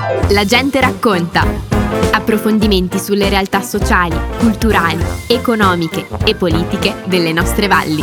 La gente racconta. Approfondimenti sulle realtà sociali, culturali, economiche e politiche delle nostre valli.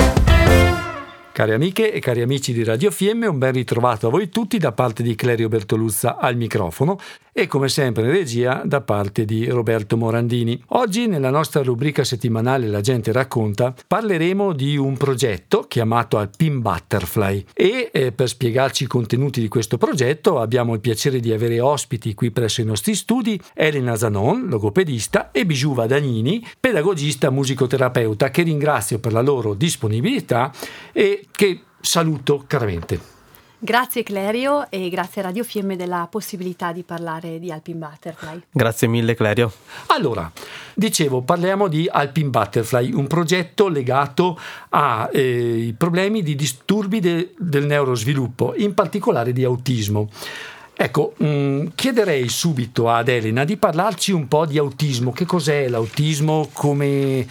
Cari amiche e cari amici di Radio Fiemme, un ben ritrovato a voi tutti da parte di Clerio Bertoluzza al microfono e come sempre in regia da parte di Roberto Morandini. Oggi nella nostra rubrica settimanale La gente racconta parleremo di un progetto chiamato Alpine Butterfly e per spiegarci i contenuti di questo progetto abbiamo il piacere di avere ospiti qui presso i nostri studi Elena Zanon, logopedista, e Bijou Vadagnini, pedagogista musicoterapeuta, che ringrazio per la loro disponibilità e che saluto caramente. Grazie Clerio e grazie a Radio Fiemme della possibilità di parlare di Alpine Butterfly. Grazie mille Clerio. Allora, dicevo, parliamo di Alpine Butterfly, un progetto legato ai problemi di disturbi del neurosviluppo, in particolare di autismo. Ecco, chiederei subito ad Elena di parlarci un po' di autismo. Che cos'è l'autismo? Come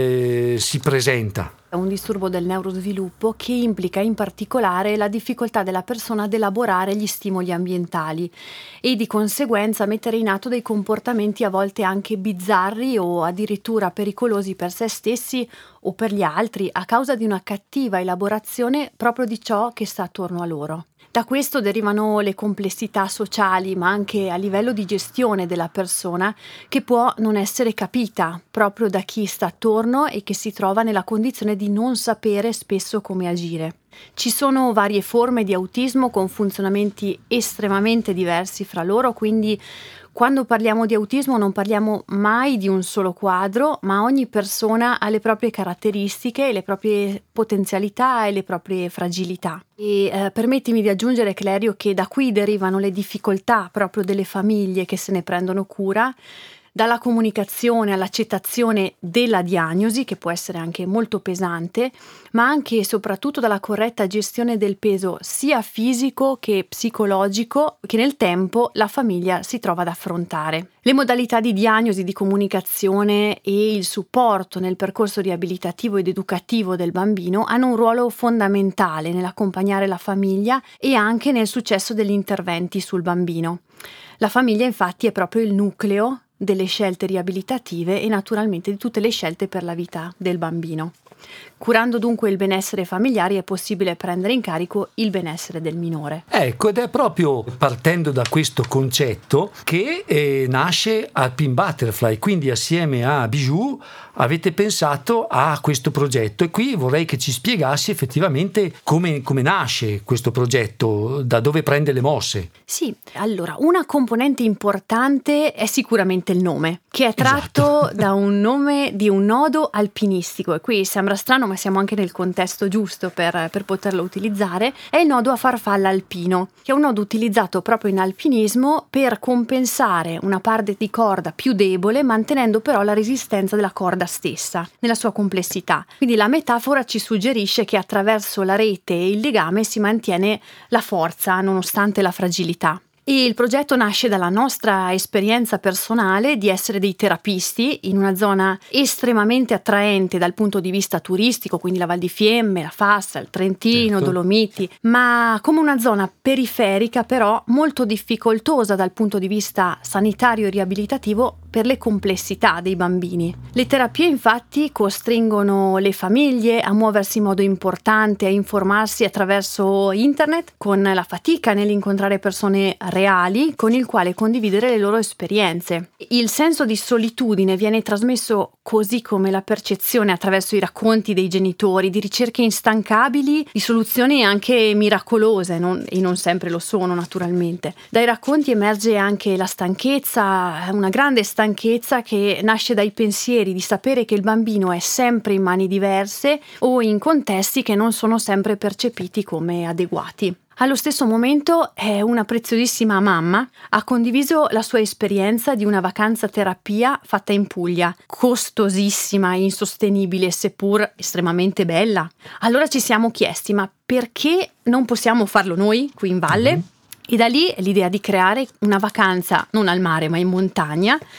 si presenta? È un disturbo del neurosviluppo che implica in particolare la difficoltà della persona ad elaborare gli stimoli ambientali e di conseguenza mettere in atto dei comportamenti a volte anche bizzarri o addirittura pericolosi per se stessi o per gli altri a causa di una cattiva elaborazione proprio di ciò che sta attorno a loro. Da questo derivano le complessità sociali, ma anche a livello di gestione della persona, che può non essere capita proprio da chi sta attorno e che si trova nella condizione di non sapere spesso come agire. Ci sono varie forme di autismo con funzionamenti estremamente diversi fra loro, quindi quando parliamo di autismo non parliamo mai di un solo quadro, ma ogni persona ha le proprie caratteristiche, le proprie potenzialità e le proprie fragilità. E permettimi di aggiungere, Clerio, che da qui derivano le difficoltà proprio delle famiglie che se ne prendono cura, dalla comunicazione all'accettazione della diagnosi, che può essere anche molto pesante, ma anche e soprattutto dalla corretta gestione del peso sia fisico che psicologico che nel tempo la famiglia si trova ad affrontare. Le modalità di diagnosi, di comunicazione e il supporto nel percorso riabilitativo ed educativo del bambino hanno un ruolo fondamentale nell'accompagnare la famiglia e anche nel successo degli interventi sul bambino. La famiglia infatti è proprio il nucleo delle scelte riabilitative e naturalmente di tutte le scelte per la vita del bambino. Curando dunque il benessere familiare è possibile prendere in carico il benessere del minore. Ecco, ed è proprio partendo da questo concetto che nasce Alpine Butterfly, quindi assieme a Bijou avete pensato a questo progetto e qui vorrei che ci spiegassi effettivamente come nasce questo progetto, da dove prende le mosse. Sì, allora una componente importante è sicuramente il nome, che è tratto da un nome di un nodo alpinistico, e qui sembra strano ma siamo anche nel contesto giusto per poterlo utilizzare. È il nodo a farfalla alpino, che è un nodo utilizzato proprio in alpinismo per compensare una parte di corda più debole, mantenendo però la resistenza della corda stessa nella sua complessità. Quindi la metafora ci suggerisce che attraverso la rete e il legame si mantiene la forza nonostante la fragilità. E il progetto nasce dalla nostra esperienza personale di essere dei terapisti in una zona estremamente attraente dal punto di vista turistico, quindi la Val di Fiemme, la Fassa, il Trentino, certo, Dolomiti, ma come una zona periferica però molto difficoltosa dal punto di vista sanitario e riabilitativo per le complessità dei bambini. Le terapie infatti costringono le famiglie a muoversi in modo importante, a informarsi attraverso internet, con la fatica nell'incontrare persone reali con il quale condividere le loro esperienze. Il senso di solitudine viene trasmesso così come la percezione attraverso i racconti dei genitori di ricerche instancabili, di soluzioni anche miracolose, e non sempre lo sono naturalmente. Dai racconti emerge anche la stanchezza, una grande stanchezza che nasce dai pensieri di sapere che il bambino è sempre in mani diverse o in contesti che non sono sempre percepiti come adeguati. Allo stesso momento una preziosissima mamma ha condiviso la sua esperienza di una vacanza terapia fatta in Puglia, costosissima e insostenibile seppur estremamente bella. Allora ci siamo chiesti, ma perché non possiamo farlo noi qui in valle? E da lì l'idea di creare una vacanza non al mare ma in montagna,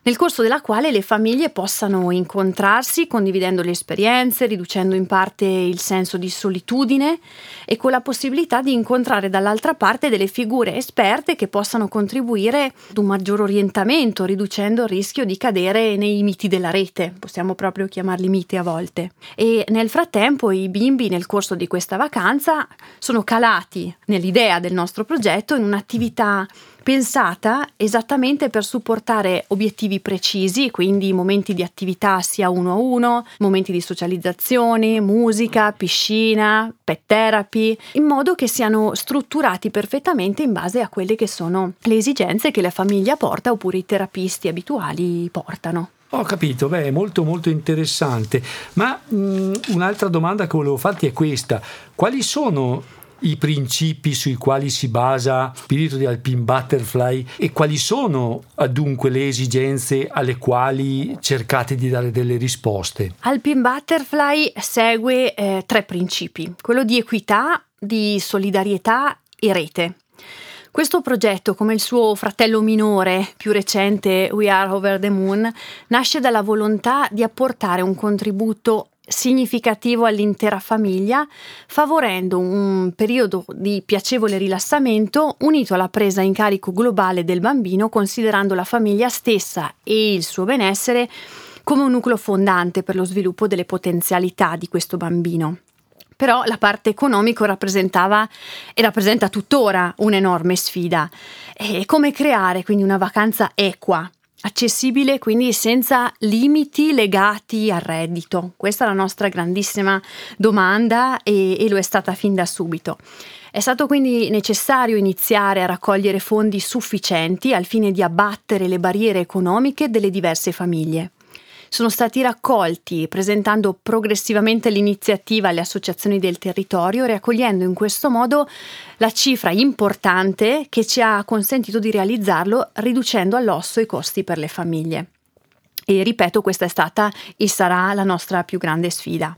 nel corso della quale le famiglie possano incontrarsi condividendo le esperienze, riducendo in parte il senso di solitudine e con la possibilità di incontrare dall'altra parte delle figure esperte che possano contribuire ad un maggior orientamento, riducendo il rischio di cadere nei miti della rete, possiamo proprio chiamarli miti a volte. E nel frattempo i bimbi nel corso di questa vacanza sono calati nell'idea del nostro progetto in un'attività pensata esattamente per supportare obiettivi precisi, quindi momenti di attività sia uno a uno, momenti di socializzazione, musica, piscina, pet therapy, in modo che siano strutturati perfettamente in base a quelle che sono le esigenze che la famiglia porta oppure i terapisti abituali portano. Ho capito, è molto molto interessante, ma un'altra domanda che volevo farti è questa: quali sono i principi sui quali si basa Spirito di Alpine Butterfly e quali sono dunque le esigenze alle quali cercate di dare delle risposte? Alpine Butterfly segue 3 principi: quello di equità, di solidarietà e rete. Questo progetto, come il suo fratello minore più recente We Are Over the Moon, nasce dalla volontà di apportare un contributo significativo all'intera famiglia, favorendo un periodo di piacevole rilassamento unito alla presa in carico globale del bambino, considerando la famiglia stessa e il suo benessere come un nucleo fondante per lo sviluppo delle potenzialità di questo bambino. Però la parte economica rappresentava e rappresenta tuttora un'enorme sfida. E come creare quindi una vacanza equa, accessibile quindi senza limiti legati al reddito? Questa è la nostra grandissima domanda e lo è stata fin da subito. È stato quindi necessario iniziare a raccogliere fondi sufficienti al fine di abbattere le barriere economiche delle diverse famiglie. Sono stati raccolti presentando progressivamente l'iniziativa alle associazioni del territorio, raccogliendo in questo modo la cifra importante che ci ha consentito di realizzarlo, riducendo all'osso i costi per le famiglie. E ripeto, questa è stata e sarà la nostra più grande sfida.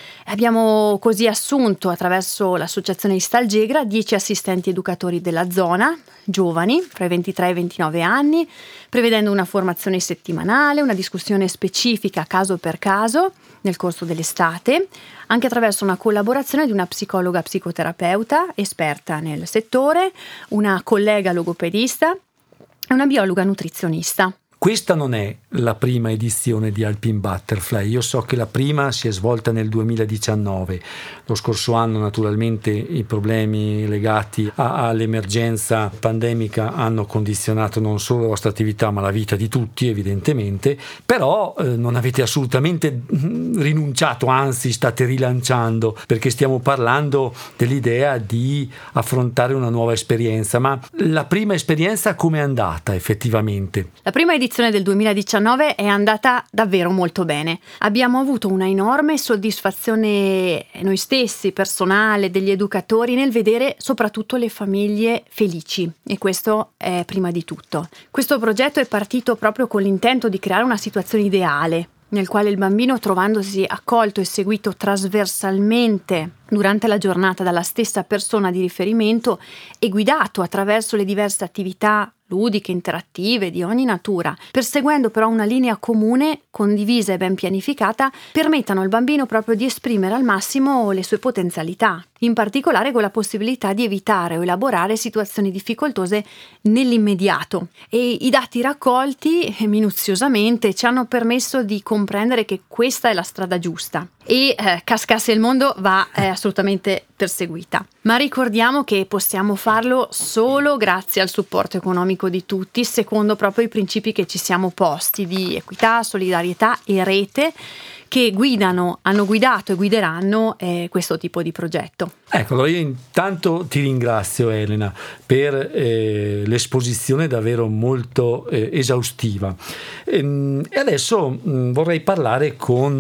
Abbiamo così assunto attraverso l'associazione Istalgegra 10 assistenti educatori della zona, giovani, fra i 23 e i 29 anni, prevedendo una formazione settimanale, una discussione specifica caso per caso nel corso dell'estate, anche attraverso una collaborazione di una psicologa psicoterapeuta esperta nel settore, una collega logopedista e una biologa nutrizionista. Questa non è la prima edizione di Alpine Butterfly. Io so che la prima si è svolta nel 2019. Lo scorso anno naturalmente i problemi legati all'emergenza pandemica hanno condizionato non solo la vostra attività ma la vita di tutti evidentemente, però non avete assolutamente rinunciato, anzi state rilanciando, perché stiamo parlando dell'idea di affrontare una nuova esperienza. Ma la prima esperienza come è andata effettivamente? La prima edizione del 2019 è andata davvero molto bene. Abbiamo avuto una enorme soddisfazione noi stessi, personale, degli educatori, nel vedere soprattutto le famiglie felici, e questo è prima di tutto. Questo progetto è partito proprio con l'intento di creare una situazione ideale, nel quale il bambino, trovandosi accolto e seguito trasversalmente durante la giornata dalla stessa persona di riferimento e guidato attraverso le diverse attività ludiche, interattive, di ogni natura, perseguendo però una linea comune, condivisa e ben pianificata, permettano al bambino proprio di esprimere al massimo le sue potenzialità, in particolare con la possibilità di evitare o elaborare situazioni difficoltose nell'immediato. E i dati raccolti minuziosamente ci hanno permesso di comprendere che questa è la strada giusta e cascasse il mondo va assolutamente perseguita. Ma ricordiamo che possiamo farlo solo grazie al supporto economico di tutti, secondo proprio i principi che ci siamo posti di equità, solidarietà e rete, che hanno guidato e guideranno questo tipo di progetto. Ecco, allora io intanto ti ringrazio Elena per l'esposizione davvero molto esaustiva. E adesso vorrei parlare con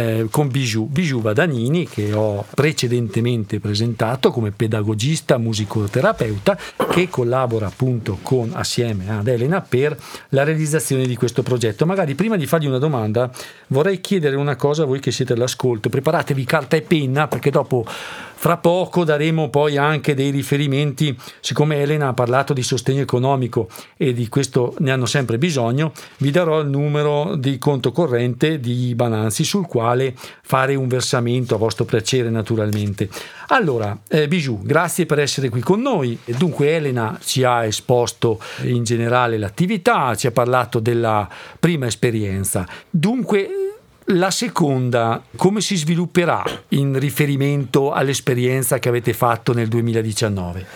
Bijou Vadanini, che ho precedentemente presentato come pedagogista musicoterapeuta, che collabora appunto assieme ad Elena per la realizzazione di questo progetto. Magari prima di fargli una domanda vorrei chiedere una cosa a voi che siete all'ascolto: preparatevi carta e penna, perché dopo Fra poco daremo poi anche dei riferimenti, siccome Elena ha parlato di sostegno economico e di questo ne hanno sempre bisogno, vi darò il numero di conto corrente di Banansi sul quale fare un versamento a vostro piacere naturalmente. Allora, Bijou, grazie per essere qui con noi. Dunque Elena ci ha esposto in generale l'attività, ci ha parlato della prima esperienza. Dunque la seconda, come si svilupperà in riferimento all'esperienza che avete fatto nel 2019?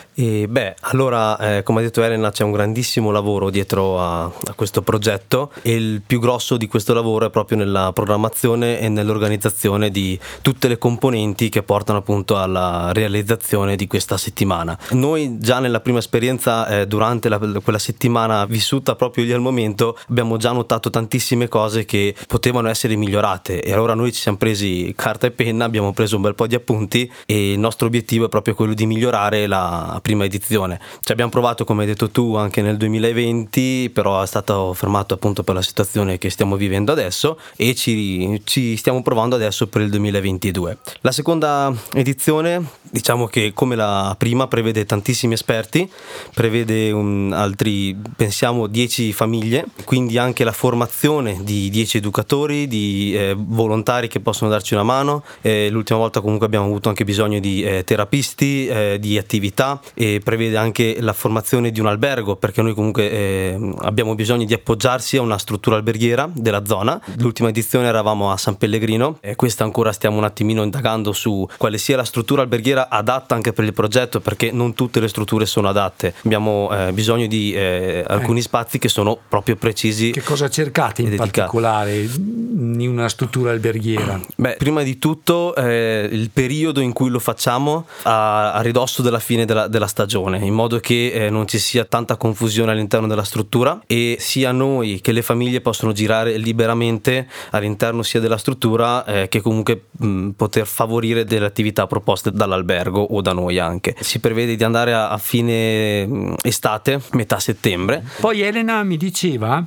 Allora, come ha detto Elena, c'è un grandissimo lavoro dietro a questo progetto e il più grosso di questo lavoro è proprio nella programmazione e nell'organizzazione di tutte le componenti che portano appunto alla realizzazione di questa settimana. Noi già nella prima esperienza, durante quella settimana vissuta proprio lì al momento, abbiamo già notato tantissime cose che potevano essere migliorate. E allora noi ci siamo presi carta e penna, abbiamo preso un bel po' di appunti e il nostro obiettivo è proprio quello di migliorare la prima edizione. Ci abbiamo provato, come hai detto tu, anche nel 2020, però è stato fermato appunto per la situazione che stiamo vivendo adesso e ci stiamo provando adesso per il 2022. La seconda edizione, diciamo che come la prima, prevede tantissimi esperti, prevede altri, pensiamo, 10 famiglie, quindi anche la formazione di 10 educatori, di volontari che possono darci una mano. L'ultima volta comunque abbiamo avuto anche bisogno di terapisti, di attività, e prevede anche la formazione di un albergo, perché noi comunque abbiamo bisogno di appoggiarsi a una struttura alberghiera della zona. L'ultima edizione eravamo a San Pellegrino e questa ancora stiamo un attimino indagando su quale sia la struttura alberghiera adatta anche per il progetto, perché non tutte le strutture sono adatte. Abbiamo bisogno di alcuni spazi che sono proprio precisi. Che cosa cercate in particolare in una struttura alberghiera? Prima di tutto il periodo in cui lo facciamo a ridosso della fine della stagione, in modo che non ci sia tanta confusione all'interno della struttura e sia noi che le famiglie possono girare liberamente all'interno sia della struttura che comunque poter favorire delle attività proposte dall'albergo o da noi anche. Si prevede di andare a fine estate, metà settembre. Poi Elena mi diceva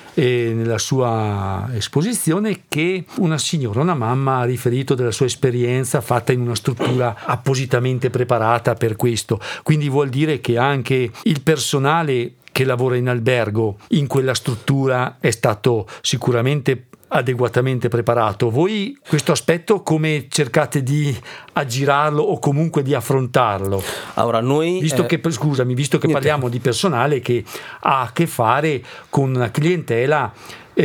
nella sua esposizione che una signora, una mamma, ha riferito della sua esperienza fatta in una struttura appositamente preparata per questo, quindi vuol dire che anche il personale che lavora in albergo in quella struttura è stato sicuramente adeguatamente preparato. Voi questo aspetto come cercate di aggirarlo o comunque di affrontarlo? Allora noi visto che parliamo di personale che ha a che fare con una clientela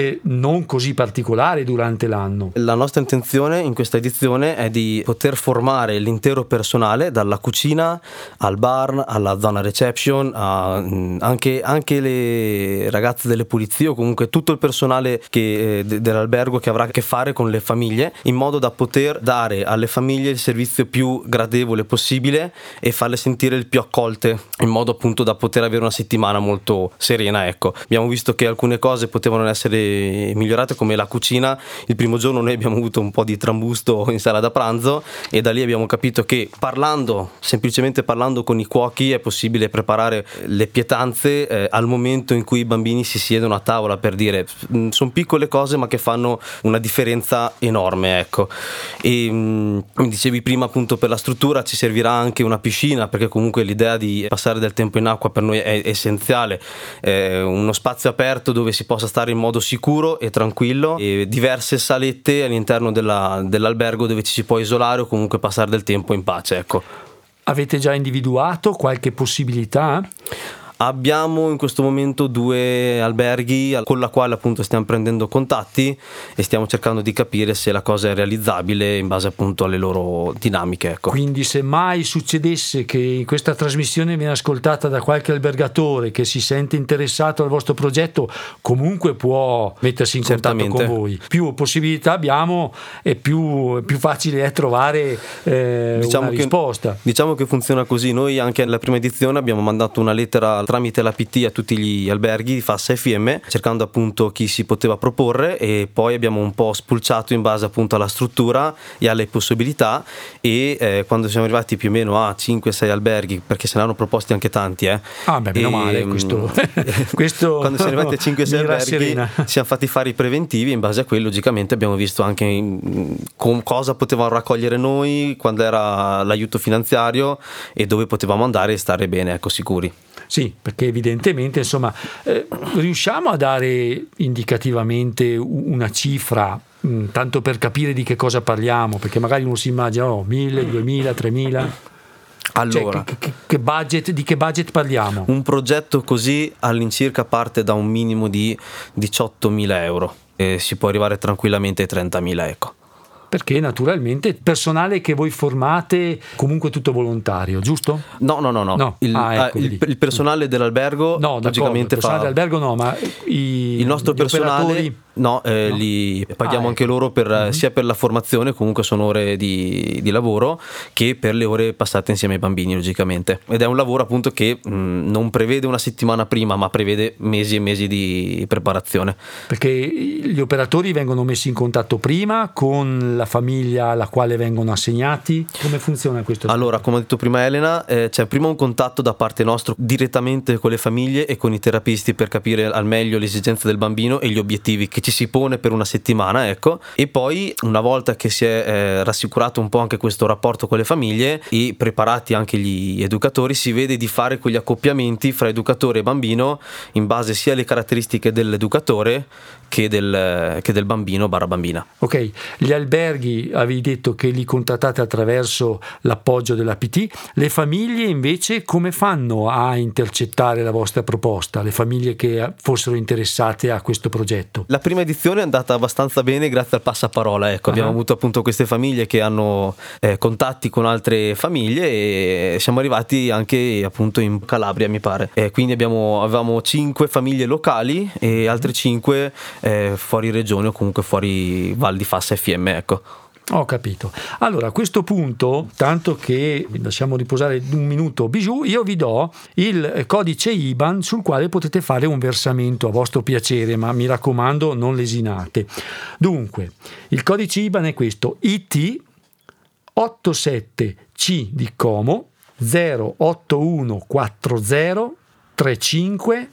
non così particolare durante l'anno. La nostra intenzione in questa edizione è di poter formare l'intero personale, dalla cucina al bar, alla zona reception, anche le ragazze delle pulizie o comunque tutto il personale dell'albergo che avrà a che fare con le famiglie, in modo da poter dare alle famiglie il servizio più gradevole possibile e farle sentire il più accolte, in modo appunto da poter avere una settimana molto serena. Ecco, abbiamo visto che alcune cose potevano essere migliorate, come la cucina. Il primo giorno noi abbiamo avuto un po' di trambusto in sala da pranzo e da lì abbiamo capito che semplicemente parlando con i cuochi è possibile preparare le pietanze al momento in cui i bambini si siedono a tavola, per dire. Sono piccole cose ma che fanno una differenza enorme, ecco. E mi dicevi prima appunto per la struttura ci servirà anche una piscina, perché comunque l'idea di passare del tempo in acqua per noi è essenziale, uno spazio aperto dove si possa stare in modo sicuro e tranquillo, e diverse salette all'interno dell'albergo dove ci si può isolare o comunque passare del tempo in pace, ecco. Avete già individuato qualche possibilità? Abbiamo in questo momento 2 alberghi con la quale appunto stiamo prendendo contatti e stiamo cercando di capire se la cosa è realizzabile in base appunto alle loro dinamiche, ecco. Quindi se mai succedesse che questa trasmissione viene ascoltata da qualche albergatore che si sente interessato al vostro progetto, comunque può mettersi in contatto con voi. Più possibilità abbiamo e più facile è trovare una risposta. Diciamo che funziona così. Noi anche alla prima edizione abbiamo mandato una lettera tramite la PT a tutti gli alberghi di Fassa FM, cercando appunto chi si poteva proporre, e poi abbiamo un po' spulciato in base appunto alla struttura e alle possibilità, e quando siamo arrivati più o meno a 5-6 alberghi, perché se ne hanno proposti anche tanti meno male questo quando siamo arrivati a 5-6 alberghi siamo fatti fare i preventivi, e in base a quello logicamente abbiamo visto anche con cosa potevamo raccogliere noi, quando era l'aiuto finanziario e dove potevamo andare e stare bene, ecco, sicuri. Sì, perché evidentemente insomma riusciamo a dare indicativamente una cifra, tanto per capire di che cosa parliamo, perché magari uno si immagina 1.000, 2.000, 3.000. Allora, che budget, di che budget parliamo? Un progetto così all'incirca parte da un minimo di 18.000 euro e si può arrivare tranquillamente ai 30.000, ecco. Perché naturalmente il personale che voi formate comunque tutto volontario, giusto? No. Il personale dell'albergo logicamente il personale dell'albergo no, ma il nostro personale operatori... li paghiamo anche loro sia per la formazione, comunque sono ore di lavoro, che per le ore passate insieme ai bambini logicamente, ed è un lavoro appunto che non prevede una settimana prima, ma prevede mesi e mesi di preparazione, perché gli operatori vengono messi in contatto prima con la famiglia alla quale vengono assegnati. Come funziona questo? Allora, come ha detto prima Elena, c'è prima un contatto da parte nostra direttamente con le famiglie e con i terapisti per capire al meglio le esigenze del bambino e gli obiettivi che ci si pone per una settimana, ecco, e poi una volta che si è rassicurato un po' anche questo rapporto con le famiglie e preparati anche gli educatori, si vede di fare quegli accoppiamenti fra educatore e bambino in base sia alle caratteristiche dell'educatore che del bambino / bambina. Ok, gli alberghi avevi detto che li contattate attraverso l'appoggio della PT, le famiglie invece come fanno a intercettare la vostra proposta, le famiglie che fossero interessate a questo progetto? La prima edizione è andata abbastanza bene grazie al passaparola, ecco. Abbiamo avuto appunto queste famiglie che hanno contatti con altre famiglie e siamo arrivati anche appunto in Calabria, mi pare, quindi avevamo 5 famiglie locali e altre 5 fuori regione o comunque fuori Val di Fassa FM, ecco. Ho capito. Allora, a questo punto, tanto che lasciamo riposare un minuto Bijou, io vi do il codice IBAN sul quale potete fare un versamento a vostro piacere, ma mi raccomando non lesinate. Dunque, il codice IBAN è questo: IT 87C di Como 08140 35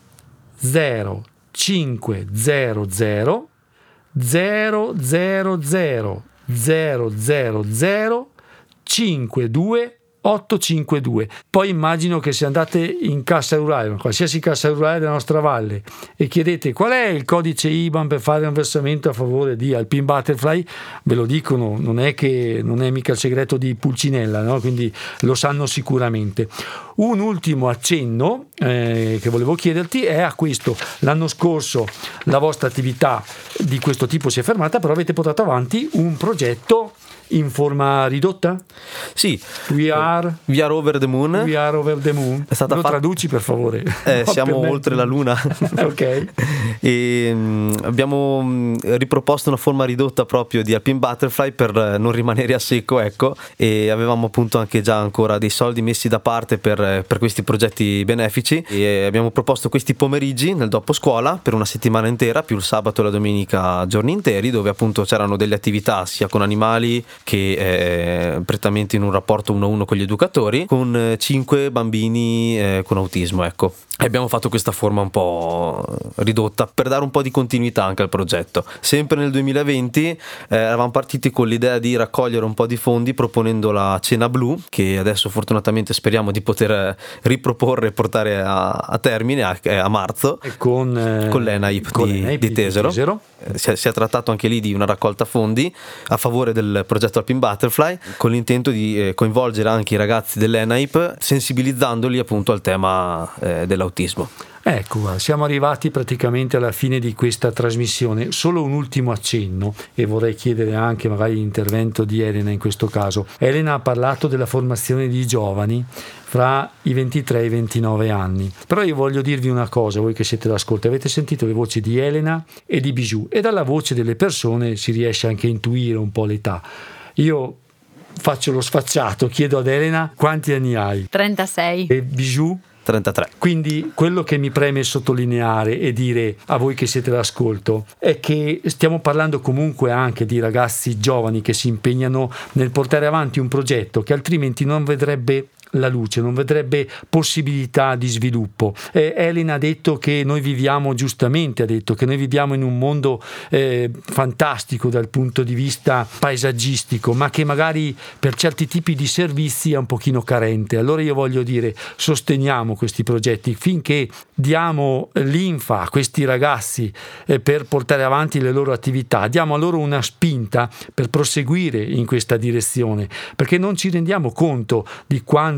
0500 000 52852. Poi immagino che se andate in cassa rurale, qualsiasi cassa rurale della nostra valle, e chiedete qual è il codice IBAN per fare un versamento a favore di Alpine Butterfly, ve lo dicono, non è mica il segreto di Pulcinella, no? Quindi lo sanno sicuramente. Un ultimo accenno che volevo chiederti è a questo: l'anno scorso la vostra attività di questo tipo si è fermata, però avete portato avanti un progetto in forma ridotta? Sì, We are over the moon. We are over the moon. È stata traduci per favore. Siamo oltre la luna. Ok. E abbiamo riproposto una forma ridotta proprio di Alpine Butterfly per non rimanere a secco, ecco, e avevamo appunto anche già ancora dei soldi messi da parte per questi progetti benefici, e abbiamo proposto questi pomeriggi nel dopo scuola per una settimana intera, più il sabato e la domenica giorni interi, dove appunto c'erano delle attività sia con animali che prettamente in un rapporto 1-1 con gli educatori, con 5 bambini con autismo, ecco. E abbiamo fatto questa forma un po' ridotta per dare un po' di continuità anche al progetto. Sempre nel 2020 eravamo partiti con l'idea di raccogliere un po' di fondi proponendo la cena blu, che adesso fortunatamente speriamo di poter riproporre e portare a termine a marzo con l'ENAIP di Tesero. Si è trattato anche lì di una raccolta fondi a favore del progetto Alpine Butterfly, con l'intento di coinvolgere anche i ragazzi dell'ENAIP, sensibilizzandoli appunto al tema dell'autismo. Ecco, siamo arrivati praticamente alla fine di questa trasmissione. Solo un ultimo accenno, e vorrei chiedere anche magari l'intervento di Elena in questo caso. Elena ha parlato della formazione di giovani fra i 23 e i 29 anni, però io voglio dirvi una cosa, voi che siete all'ascolto: avete sentito le voci di Elena e di Bijou, e dalla voce delle persone si riesce anche a intuire un po' l'età. Io faccio lo sfacciato, chiedo ad Elena quanti anni hai. 36. E Bijou? 33. Quindi quello che mi preme sottolineare e dire a voi che siete all'ascolto è che stiamo parlando comunque anche di ragazzi giovani che si impegnano nel portare avanti un progetto che altrimenti non vedrebbe la luce, non vedrebbe possibilità di sviluppo. Elena ha detto che noi viviamo, giustamente ha detto che noi viviamo in un mondo fantastico dal punto di vista paesaggistico, ma che magari per certi tipi di servizi è un pochino carente. Allora io voglio dire, sosteniamo questi progetti finché diamo linfa a questi ragazzi per portare avanti le loro attività, diamo a loro una spinta per proseguire in questa direzione, perché non ci rendiamo conto di quanto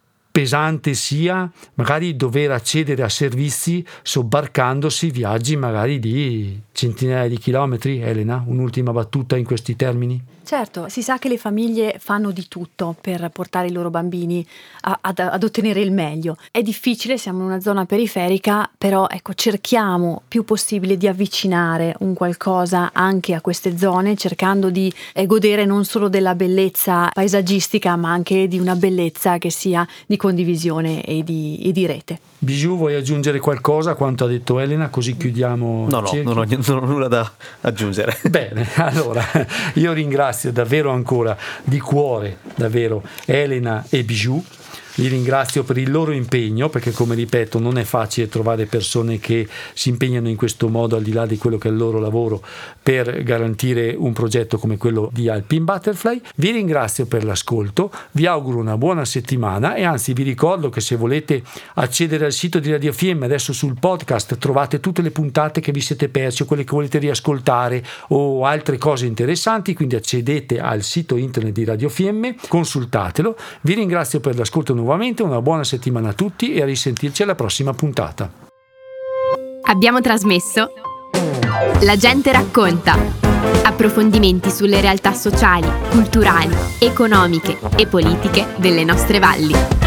pesante sia magari dover accedere a servizi sobbarcandosi viaggi magari di centinaia di chilometri. Elena, un'ultima battuta in questi termini? Certo, si sa che le famiglie fanno di tutto per portare i loro bambini ad ottenere il meglio. È difficile, siamo in una zona periferica, però ecco, cerchiamo più possibile di avvicinare un qualcosa anche a queste zone, cercando di godere non solo della bellezza paesaggistica, ma anche di una bellezza che sia di condivisione e di rete. Bijou, vuoi aggiungere qualcosa a quanto ha detto Elena? Così chiudiamo. No, non ho nulla da aggiungere. Bene, allora io ringrazio davvero ancora di cuore, davvero, Elena e Bijou. Li ringrazio per il loro impegno, perché come ripeto non è facile trovare persone che si impegnano in questo modo al di là di quello che è il loro lavoro per garantire un progetto come quello di Alpine Butterfly. Vi ringrazio per l'ascolto, vi auguro una buona settimana e anzi vi ricordo che se volete accedere al sito di Radio Fiemme, adesso sul podcast trovate tutte le puntate che vi siete persi o quelle che volete riascoltare o altre cose interessanti, quindi accedete al sito internet di Radio Fiemme, consultatelo. Vi ringrazio per l'ascolto nuovamente, una buona settimana a tutti e a risentirci alla prossima puntata. Abbiamo trasmesso La gente racconta. Approfondimenti sulle realtà sociali, culturali, economiche e politiche delle nostre valli.